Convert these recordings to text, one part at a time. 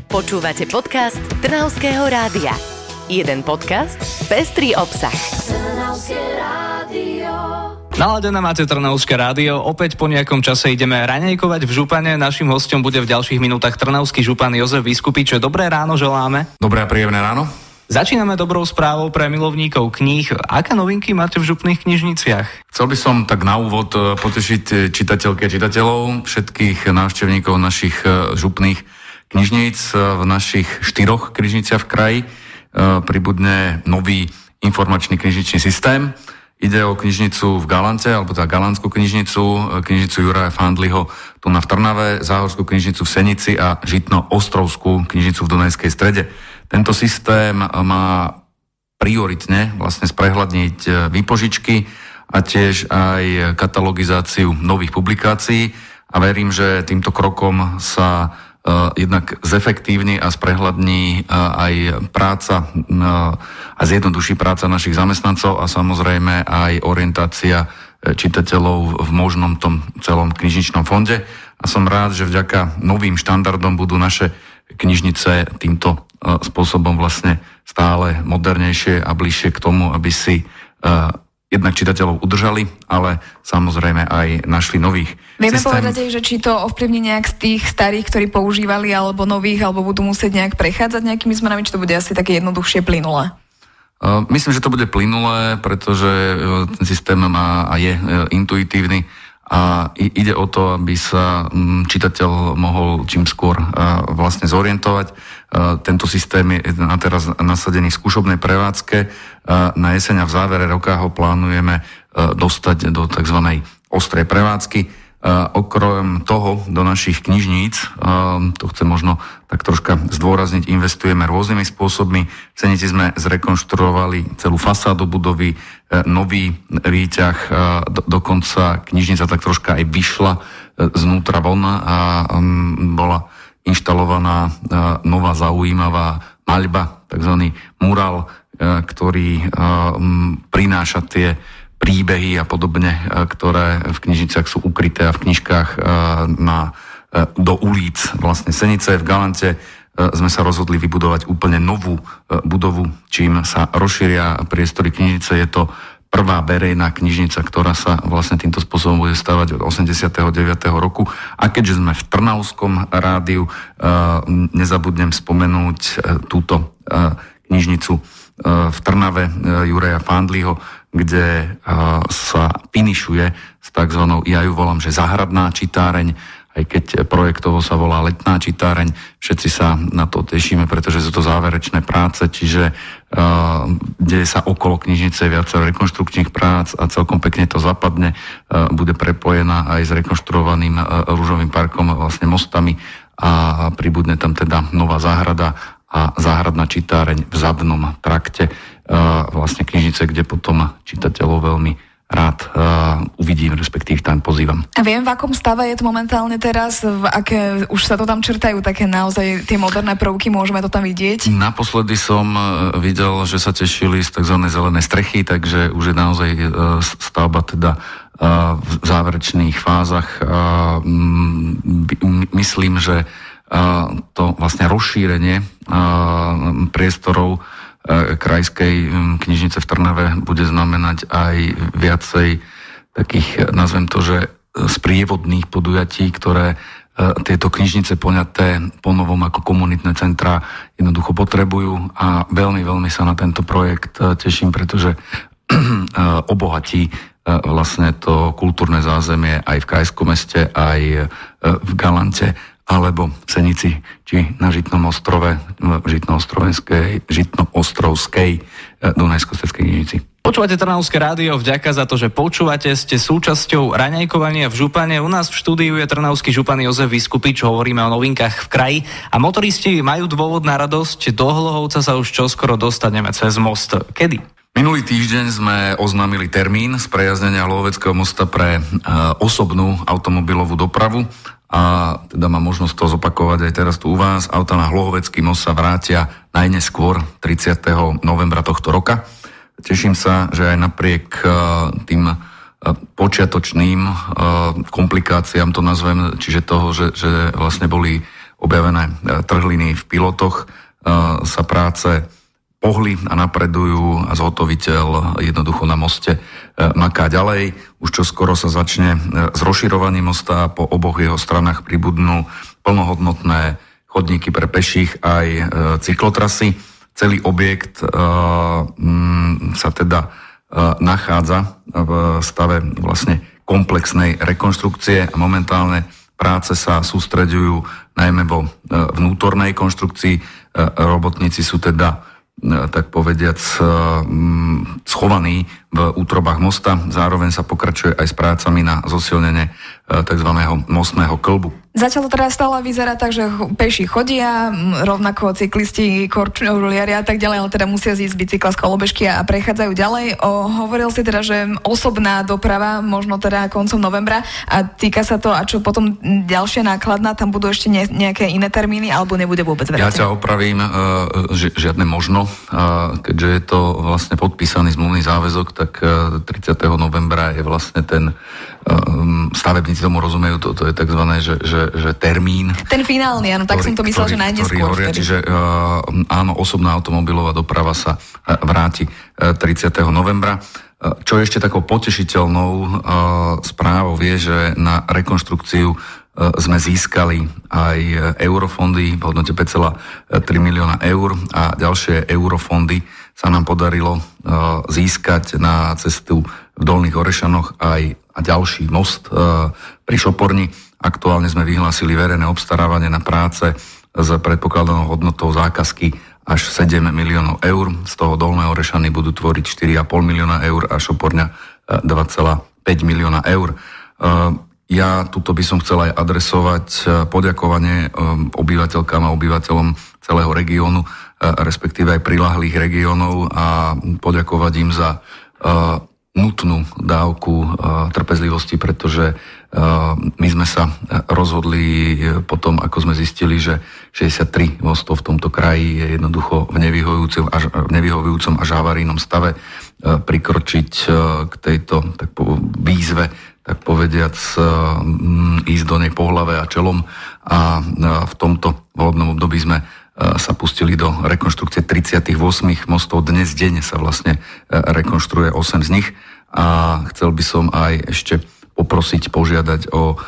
Počúvate podcast Trnavského rádia. Jeden podcast, pestrý obsah. Trnavské rádio. Naladené máte Trnavské rádio, opäť po nejakom čase ideme raňajkovať v Župane. Naším hosťom bude v ďalších minútach trnavský župan Jozef Vyskupič. Dobré ráno želáme. Dobré a príjemné ráno. Začíname dobrou správou pre milovníkov kníh. Aké novinky máte v župných knižniciach? Chcel by som tak na úvod potešiť čitateľky a čitateľov, všetkých návštevníkov našich župných knižníc. V našich 4 knižniciach v kraji pribudne nový informačný knižničný systém. Ide o knižnicu v Galante, alebo tá galantskú knižnicu Juraja Fandliho tu na v Trnave, Záhorskú knižnicu v Senici a Žitno-Ostrovskú knižnicu v Dunajskej Strede. Tento systém má prioritne vlastne sprehľadniť výpožičky a tiež aj katalogizáciu nových publikácií a verím, že týmto krokom sa jednak zefektívni a sprehľadní aj práca a zjednoduší práca našich zamestnancov a samozrejme aj orientácia čitateľov v možnom tom celom knižničnom fonde. A som rád, že vďaka novým štandardom budú naše knižnice týmto spôsobom vlastne stále modernejšie a bližšie k tomu, aby si jednak čitateľov udržali, ale samozrejme aj našli nových. Vieme povedať aj, že či to ovplyvní nejak z tých starých, ktorí používali, alebo nových, alebo budú musieť nejak prechádzať nejakými zmenami, či to bude asi také jednoduchšie, plynulé? Myslím, že to bude plynulé, pretože ten systém má a je intuitívny a ide o to, aby sa čitateľ mohol čím skôr vlastne zorientovať. Tento systém je na teraz nasadený v skúšobnej prevádzke. Na jeseň a v závere roka ho plánujeme dostať do tzv. Ostrej prevádzky. Okrem toho do našich knižníc, to chcem možno tak troška zdôrazniť, investujeme rôznymi spôsobmi. V Senici sme zrekonštruovali celú fasádu budovy, nový výťah, dokonca knižnica tak troška aj vyšla znútra von a bola inštalovaná nová zaujímavá maľba, takzvaný mural, ktorý prináša tie príbehy a podobne, ktoré v knižniciach sú ukryté a v knižkách do ulic vlastne Senice. V Galante sme sa rozhodli vybudovať úplne novú budovu, čím sa rozšíria priestory knižnice. Je to prvá verejná knižnica, ktorá sa vlastne týmto spôsobom bude stavať od 89. roku. A keďže sme v Trnavskom rádiu, nezabudnem spomenúť túto knižnicu v Trnave Juraja Fandliho, kde sa finišuje s takzvanou, ja ju volám, že záhradná čitáreň, aj keď projektovo sa volá letná čitáreň. Všetci sa na to tešíme, pretože sú to záverečné práce, čiže deje sa okolo knižnice viacero rekonštrukčných prác a celkom pekne to zapadne. Bude prepojená aj s rekonštruovaným ružovým parkom, vlastne mostami a pribudne tam teda nová záhrada a záhradná čitáreň v zadnom trakte vlastne knižnice, kde potom čitateľov veľmi rád uvidím, respektíve tam pozývam. A viem, v akom stave je to momentálne teraz? Aké už sa to tam črtajú také naozaj tie moderné prvky, môžeme to tam vidieť? Naposledy som videl, že sa tešili z tzv. Zelenej strechy, takže už je naozaj stavba teda v záverečných fázach. Myslím, že to vlastne rozšírenie priestorov krajskej knižnice v Trnave bude znamenať aj viacej takých, nazvem to, že sprievodných podujatí, ktoré tieto knižnice poňaté ponovom ako komunitné centrá jednoducho potrebujú a veľmi, veľmi sa na tento projekt teším, pretože obohatí vlastne to kultúrne zázemie aj v Krajskom meste, aj v Galante alebo v Senici, či na Žitnom ostrove, v Žitno-ostrovskej Dunajsko-Stredskej knižnici. Počúvate Trnavské rádio, vďaka za to, že počúvate, ste súčasťou raňajkovania v Župane. U nás v štúdiu je trnavský župan Jozef Vyskupič, hovoríme o novinkách v kraji a motoristi majú dôvod na radosť, do Hlohovca sa už čoskoro dostaneme cez most. Kedy? Minulý týždeň sme oznámili termín sprejaznenia Hlohoveckého mosta pre osobnú automobilovú dopravu. A teda mám možnosť to zopakovať aj teraz tu u vás. Auta na Hlohovecký most sa vrátia najneskôr 30. novembra tohto roka. Teším sa, že aj napriek tým počiatočným komplikáciám to nazvem, čiže toho, že vlastne boli objavené trhliny v pilotoch, sa práce pohli a napredujú a zhotoviteľ jednoducho na moste maká ďalej. Už čo skoro sa začne s rozširovaním mosta, po oboch jeho stranách pribudnú plnohodnotné chodníky pre peších aj cyklotrasy. Celý objekt sa teda nachádza v stave vlastne komplexnej rekonštrukcie a momentálne práce sa sústreďujú najmä vo vnútornej konštrukcii. Robotníci sú teda, tak povediac, schovaní v útrobách mosta. Zároveň sa pokračuje aj s prácami na zosilnenie tzv. Mostného klbu. Zatiaľ to teda stále vyzerá tak, že peši chodia, rovnako cyklisti, korčuliari a tak ďalej, ale teda musia zísť bicykla z kolobežky a prechádzajú ďalej. Hovoril si teda, že osobná doprava možno teda koncom novembra a týka sa to, a čo potom ďalšia nákladná, tam budú ešte nejaké iné termíny, alebo nebude vôbec vrátené? Ja ťa opravím, žiadne možno, keďže je to vlastne podpísaný zmluvný záväzok, tak 30. novembra je vlastne ten stavebníci tomu rozumejú, to je takzvané, že termín. Ten finálny, áno, tak som to myslel, že najneskôr. Čiže áno, osobná automobilová doprava sa vráti 30. novembra. Čo je ešte takou potešiteľnou správou je, že na rekonštrukciu sme získali aj eurofondy v hodnote 5,3 milióna eur a ďalšie eurofondy sa nám podarilo získať na cestu v Dolných Orešanoch aj a ďalší most pri Šoporni. Aktuálne sme vyhlásili verejné obstarávanie na práce s predpokladanou hodnotou zákazky až 7 miliónov eur. Z toho Dolné Orešany budú tvoriť 4,5 milióna eur a Šoporňa 2,5 milióna eur. Ja tuto by som chcel aj adresovať poďakovanie obyvateľkám a obyvateľom celého regiónu, respektíve aj prilahlých regiónov, a poďakovať im za nutnú dávku trpezlivosti, pretože my sme sa rozhodli potom, ako sme zistili, že 63 mostov v tomto kraji je jednoducho v nevyhovujúcom až havarijnom stave, prikročiť k tejto výzve, tak povediac, ísť do nej po hlave a čelom, a v tomto volebnom období sme sa pustili do rekonštrukcie 38 mostov. Dnes deň sa vlastne rekonštruuje 8 z nich a chcel by som aj ešte požiadať o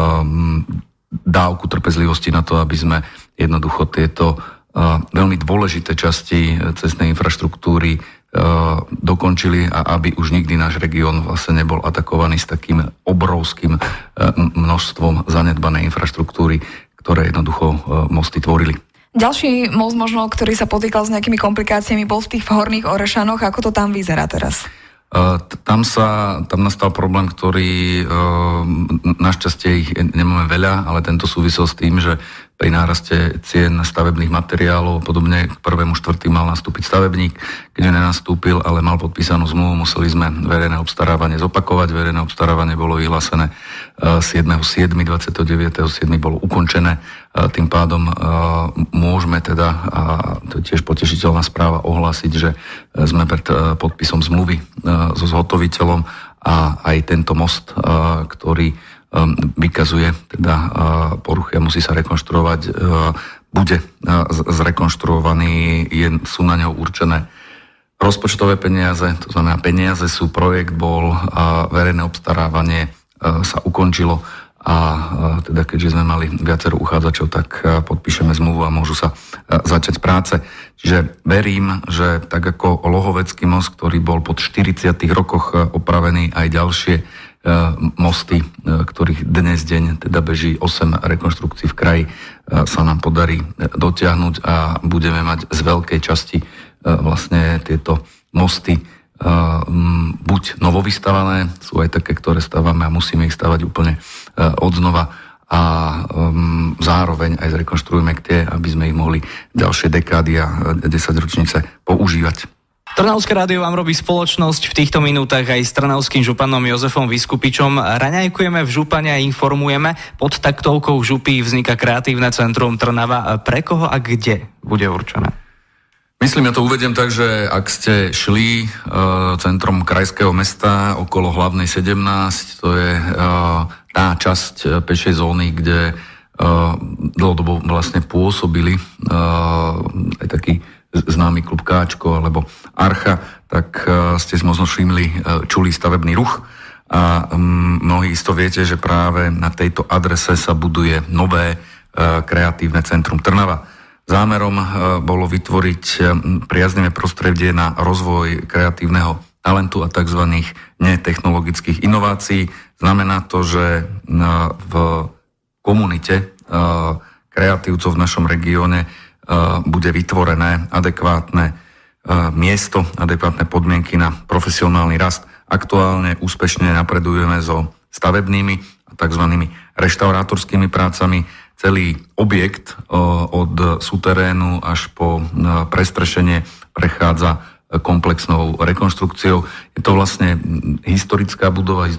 dávku trpezlivosti na to, aby sme jednoducho tieto veľmi dôležité časti cestnej infraštruktúry dokončili a aby už nikdy náš región vlastne nebol atakovaný s takým obrovským množstvom zanedbanej infraštruktúry, ktoré jednoducho mosty tvorili. Ďalší most možno, ktorý sa potýkal s nejakými komplikáciami, bol v tých Horných Orešanoch. Ako to tam vyzerá teraz? Tam nastal problém, ktorý našťastie ich nemáme veľa, ale tento súvisel s tým, že pri náraste cien stavebných materiálov podobne k 1.4. mal nastúpiť stavebník. Keďže nenastúpil, ale mal podpísanú zmluvu, museli sme verejné obstarávanie zopakovať. Verejné obstarávanie bolo vyhlásené 7.7., 29.7. bolo ukončené. Tým pádom môžeme teda, a to je tiež potešiteľná správa, ohlásiť, že sme pred podpisom zmluvy so zhotoviteľom a aj tento most, ktorý vykazuje teda poruchy a musí sa rekonštruovať, bude zrekonštruovaný, sú na ňo určené rozpočtové peniaze, to znamená peniaze sú, projekt bol, verejné obstarávanie sa ukončilo a teda keďže sme mali viacero uchádzačov, tak podpíšeme zmluvu a môžu sa začať práce. Čiže verím, že tak ako Lohovecký most, ktorý bol po 40 rokoch opravený, aj ďalšie mosty, ktorých dnes deň teda beží 8 rekonštrukcií v kraji, sa nám podarí dotiahnuť a budeme mať z veľkej časti vlastne tieto mosty buď novovystavané, sú aj také, ktoré stávame a musíme ich stavať úplne odznova, a zároveň aj zrekonštruujeme tie, aby sme ich mohli ďalšie dekády a 10 ročnice používať. Trnavské rádio vám robí spoločnosť v týchto minútach aj s trnavským županom Jozefom Vyskupičom. Raňajkujeme v župane a informujeme. Pod taktovkou župy vzniká Kreatívne centrum Trnava. Pre koho a kde bude určené? Myslím, ja to uvediem tak, že ak ste šli centrom krajského mesta okolo hlavnej 17, to je tá časť pešej zóny, kde dlhodobo vlastne pôsobili aj taký známy klub Káčko alebo Archa, tak ste si možno všimli čulý stavebný ruch a mnohí isto viete, že práve na tejto adrese sa buduje nové kreatívne centrum Trnava. Zámerom bolo vytvoriť priaznivé prostredie na rozvoj kreatívneho talentu a tzv. Netechnologických inovácií. Znamená to, že v komunite kreatívcov v našom regióne bude vytvorené adekvátne miesto, adekvátne podmienky na profesionálny rast. Aktuálne úspešne napredujeme so stavebnými a tzv. Reštaurátorskými prácami. Celý objekt od súterénu až po prestrešenie prechádza komplexnou rekonštrukciou. Je to vlastne historická budova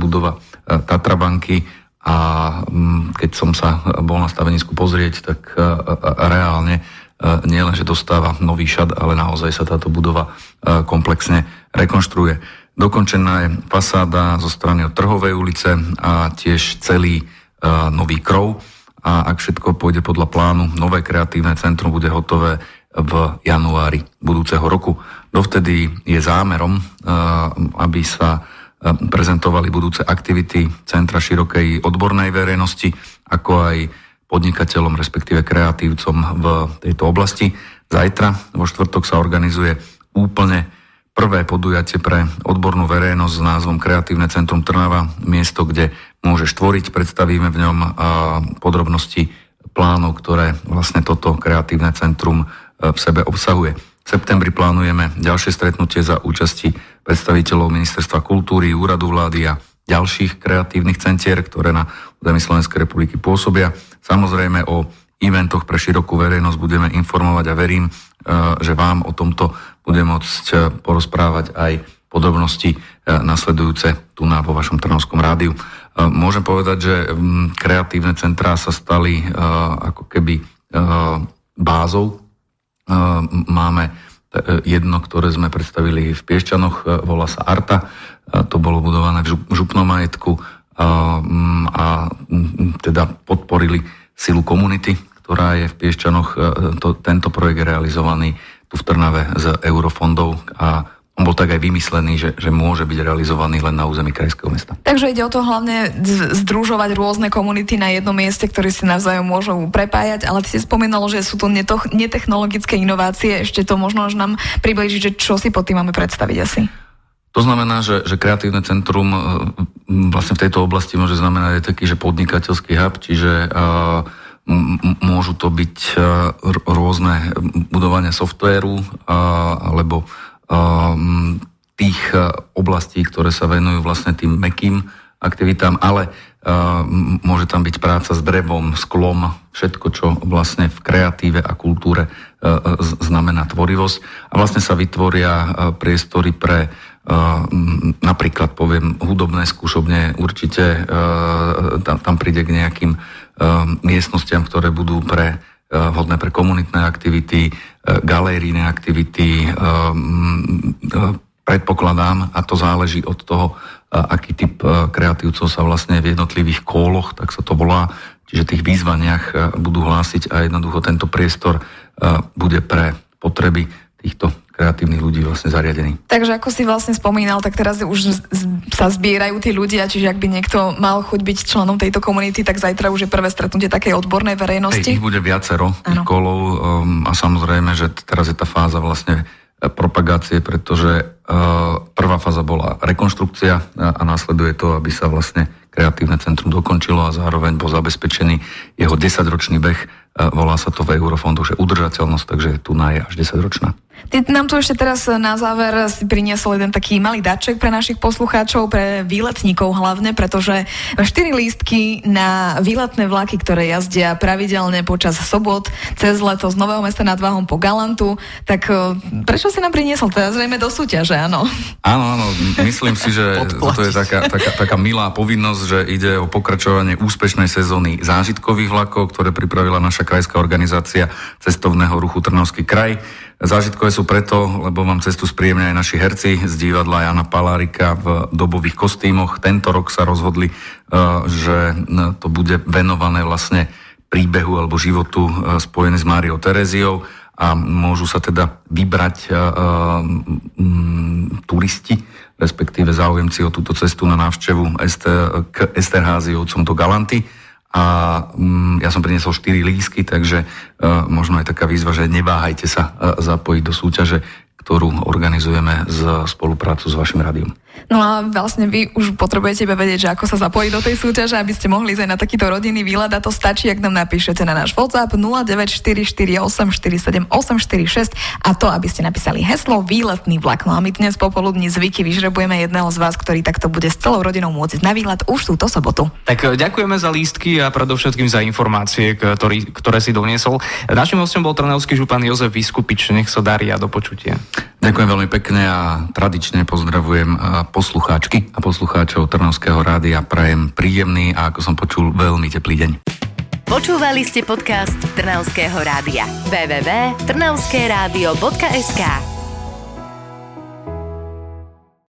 Tatrabanky a keď som sa bol na stavenisku pozrieť, tak reálne nie len, že dostáva nový šat, ale naozaj sa táto budova komplexne rekonštruuje. Dokončená je fasáda zo strany od Trhovej ulice a tiež celý nový krov. A ak všetko pôjde podľa plánu, nové kreatívne centrum bude hotové v januári budúceho roku. Dovtedy je zámerom, aby sa prezentovali budúce aktivity Centra širokej odbornej verejnosti, ako aj podnikateľom, respektíve kreatívcom v tejto oblasti. Zajtra, vo štvrtok, sa organizuje úplne prvé podujatie pre odbornú verejnosť s názvom Kreatívne centrum Trnava, miesto, kde môžeš tvoriť. Predstavíme v ňom podrobnosti plánov, ktoré vlastne toto kreatívne centrum v sebe obsahuje. V septembri plánujeme ďalšie stretnutie za účasti predstaviteľov Ministerstva kultúry, Úradu vlády a ďalších kreatívnych centier, ktoré na území Slovenskej republiky pôsobia. Samozrejme o eventoch pre širokú verejnosť budeme informovať a verím, že vám o tomto bude môcť porozprávať aj podrobnosti nasledujúce tu vo vašom Trnavskom rádiu. Môžem povedať, že kreatívne centrá sa stali ako keby bázou. Máme jedno, ktoré sme predstavili v Piešťanoch, volá sa Arta. To bolo budované v župnom majetku a teda podporili silu komunity, ktorá je v Piešťanoch. Tento projekt je realizovaný tu v Trnave z eurofondov a on bol tak aj vymyslený, že môže byť realizovaný len na území krajského mesta. Takže ide o to hlavne združovať rôzne komunity na jednom mieste, ktorí si navzájom môžu prepájať, ale ty si spomínalo, že sú to netechnologické inovácie. Ešte to možno až nám priblížiť, že čo si pod tým máme predstaviť asi. To znamená, že kreatívne centrum vlastne v tejto oblasti môže znamenať aj taký, že podnikateľský hub, čiže môžu to byť rôzne budovania softvéru alebo tých oblastí, ktoré sa venujú vlastne tým mäkkým aktivitám, ale môže tam byť práca s drevom, sklom, všetko, čo vlastne v kreatíve a kultúre znamená tvorivosť. A vlastne sa vytvoria priestory pre napríklad, poviem, hudobné skúšobne. Určite tam príde k nejakým miestnostiam, ktoré budú vhodné pre komunitné aktivity, galérijné aktivity. Predpokladám, a to záleží od toho, aký typ kreatívcov sa vlastne v jednotlivých kóloch, tak sa to volá, čiže tých výzvaniach budú hlásiť a jednoducho tento priestor bude pre potreby týchto kreatívnych ľudí vlastne zariadený. Takže ako si vlastne spomínal, tak teraz už sa zbierajú tí ľudia, čiže ak by niekto mal chuť byť členom tejto komunity, tak zajtra už je prvé stretnutie takej odbornej verejnosti. Ich bude viacero tých kolov a samozrejme, že teraz je tá fáza vlastne propagácie, pretože prvá fáza bola rekonštrukcia a následuje to, aby sa vlastne kreatívne centrum dokončilo a zároveň bol zabezpečený jeho 10-ročný beh. Volá sa to v eurofondoch, že udržateľnosť, takže tu je až 10-ročná. Ty nám tu ešte teraz na záver si priniesol jeden taký malý darček pre našich poslucháčov, pre výletníkov hlavne, pretože 4 lístky na výletné vlaky, ktoré jazdia pravidelne počas sobot cez leto z Nového Mesta nad Váhom po Galantu, tak prečo si nám priniesol? Teda zrejme do súťaže, áno. Áno, myslím si, že to je taká milá povinnosť, že ide o pokračovanie úspešnej sezóny zážitkových vlakov, ktoré pripravila naša krajská organizácia cestovného ruchu Trnavský kraj. Zážitkové sú preto, lebo vám cestu spríjemnia aj naši herci z divadla Jana Palárika v dobových kostýmoch. Tento rok sa rozhodli, že to bude venované vlastne príbehu alebo životu spojené s Máriou Tereziou a môžu sa teda vybrať turisti, respektíve záujemci o túto cestu na návštevu k Esterházyovcom do Galanty. A ja som priniesol 4 lístky, takže možno aj taká výzva, že neváhajte sa zapojiť do súťaže, ktorú organizujeme v spoluprácu s vašim rádiom. No a vlastne vy už potrebujete iba vedieť, že ako sa zapojiť do tej súťaže, aby ste mohli ísť aj na takýto rodinný výlet, a to stačí, ak nám napíšete na náš WhatsApp 0944847846 a to, aby ste napísali heslo Výletný vlak. No a my dnes popoludní z Viki vyžrebujeme jedného z vás, ktorý takto bude s celou rodinou môcť ísť na výlet už túto sobotu. Tak ďakujeme za lístky a predovšetkým za informácie, ktoré si doniesol. Naším hostom bol trnavský župan Jozef Vyskupič. Nech sa darí a do počutia. Ďakujem veľmi pekne a tradične pozdravujem poslucháčky a poslucháčov Trnavského rádia. Prajem príjemný a ako som počul, veľmi teplý deň. Počúvali ste podcast Trnavského rádia. www.trnavskeradio.sk